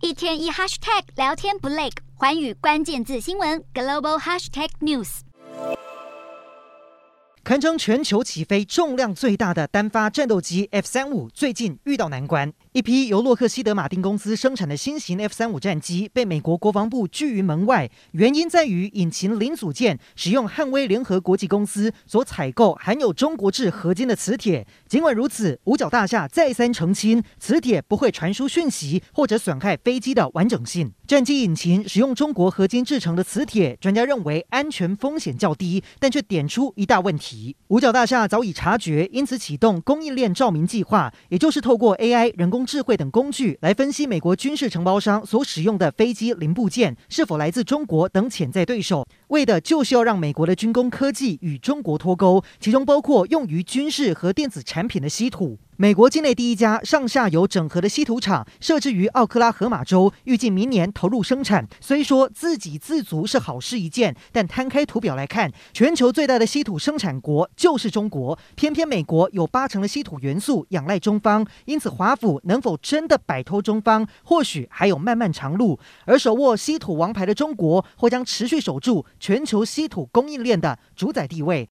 一天一 hashtag 聊天不累，寰宇关键字新闻 global hashtag news。 堪称全球起飞重量最大的单发战斗机 F-35最近遇到难关。一批由洛克希德马丁公司生产的新型 F-35战机被美国国防部拒于门外，原因在于引擎零组件使用汉威联合国际公司所采购含有中国制合金的磁铁。尽管如此，五角大厦再三澄清，磁铁不会传输讯息或者损害飞机的完整性。战机引擎使用中国合金制成的磁铁，专家认为安全风险较低，但却点出一大问题。五角大厦早已察觉，因此启动供应链照明计划，也就是透过 AI 人工智慧等工具来分析美国军事承包商所使用的飞机零部件是否来自中国等潜在对手，为的就是要让美国的军工科技与中国脱钩，其中包括用于军事和电子产品的稀土。美国境内第一家上下游整合的稀土厂设置于奥克拉荷马州，预计明年投入生产。虽说自给自足是好事一件，但摊开图表来看，全球最大的稀土生产国就是中国，偏偏美国有80%的稀土元素仰赖中方，因此华府能否真的摆脱中方，或许还有漫漫长路。而手握稀土王牌的中国，或将持续守住全球稀土供应链的主宰地位。